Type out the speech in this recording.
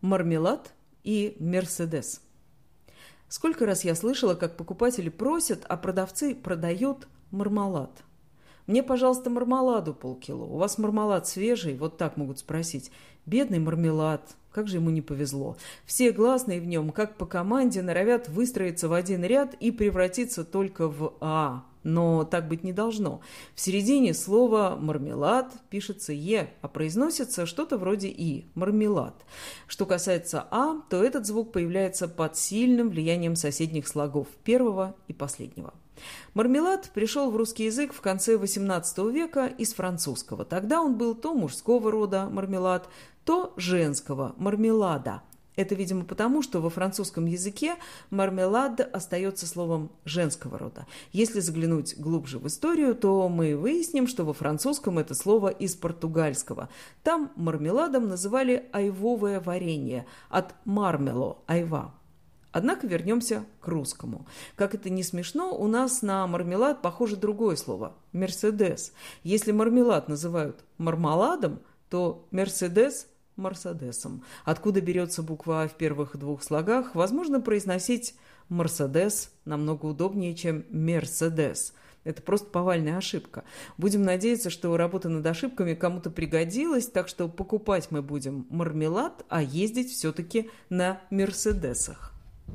мармелад и Мерседес. Сколько раз я слышала, как покупатели просят, а продавцы продают мармелад. «Мне, пожалуйста, мармеладу полкило. У вас мармелад свежий?» Вот так могут спросить. Бедный мармелад. Как же ему не повезло. Все гласные в нем, как по команде, норовят выстроиться в один ряд и превратиться только в «а». Но так быть не должно. В середине слова «мармелад» пишется «е», а произносится что-то вроде «и» – «мармелад». Что касается «а», то этот звук появляется под сильным влиянием соседних слогов первого и последнего. Мармелад пришел в русский язык в конце XVIII века из французского. Тогда он был то мужского рода мармелад, то женского мармелада. Это, видимо, потому, что во французском языке мармелад остается словом женского рода. Если заглянуть глубже в историю, то мы выясним, что во французском это слово из португальского. Там мармеладом называли айвовое варенье, от мармело – айва. Однако вернемся к русскому. Как это не смешно, у нас на мармелад похоже другое слово – мерседес. Если мармелад называют мармаладом, то мерседес – Мерседесом. Откуда берется буква «а» в первых двух слогах, возможно произносить «Мерседес» намного удобнее, чем «Мерседес». Это просто повальная ошибка. Будем надеяться, что работа над ошибками кому-то пригодилась, так что покупать мы будем мармелад, а ездить все-таки на «Мерседесах».